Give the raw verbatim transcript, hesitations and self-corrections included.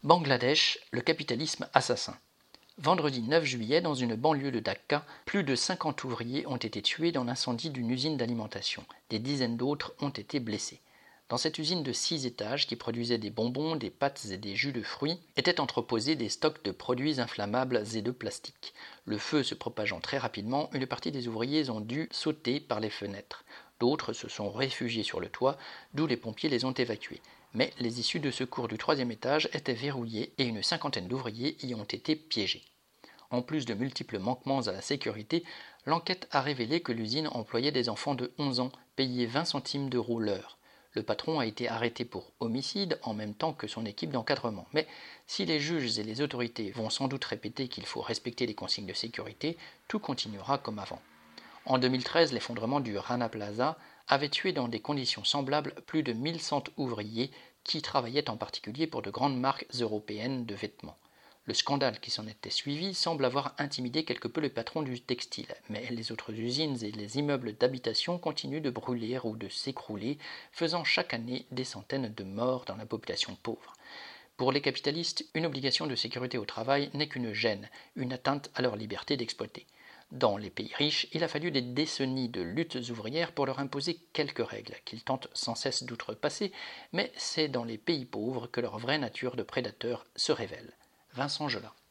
Bangladesh, le capitalisme assassin. Vendredi neuf juillet, dans une banlieue de Dacca, plus de cinquante ouvriers ont été tués dans l'incendie d'une usine d'alimentation. Des dizaines d'autres ont été blessés. Dans cette usine de six étages qui produisait des bonbons, des pâtes et des jus de fruits, étaient entreposés des stocks de produits inflammables et de plastique. Le feu se propageant très rapidement, une partie des ouvriers ont dû sauter par les fenêtres. D'autres se sont réfugiés sur le toit, d'où les pompiers les ont évacués. Mais les issues de secours du troisième étage étaient verrouillées et une cinquantaine d'ouvriers y ont été piégés. En plus de multiples manquements à la sécurité, l'enquête a révélé que l'usine employait des enfants de onze ans, payés vingt centimes d'euros l'heure. Le patron a été arrêté pour homicide en même temps que son équipe d'encadrement. Mais si les juges et les autorités vont sans doute répéter qu'il faut respecter les consignes de sécurité, tout continuera comme avant. En deux mille treize, l'effondrement du Rana Plaza avait tué dans des conditions semblables plus de mille cent ouvriers qui travaillaient en particulier pour de grandes marques européennes de vêtements. Le scandale qui s'en était suivi semble avoir intimidé quelque peu le patron du textile, mais les autres usines et les immeubles d'habitation continuent de brûler ou de s'écrouler, faisant chaque année des centaines de morts dans la population pauvre. Pour les capitalistes, une obligation de sécurité au travail n'est qu'une gêne, une atteinte à leur liberté d'exploiter. Dans les pays riches, il a fallu des décennies de luttes ouvrières pour leur imposer quelques règles, qu'ils tentent sans cesse d'outrepasser, mais c'est dans les pays pauvres que leur vraie nature de prédateurs se révèle. Vincent Gelat.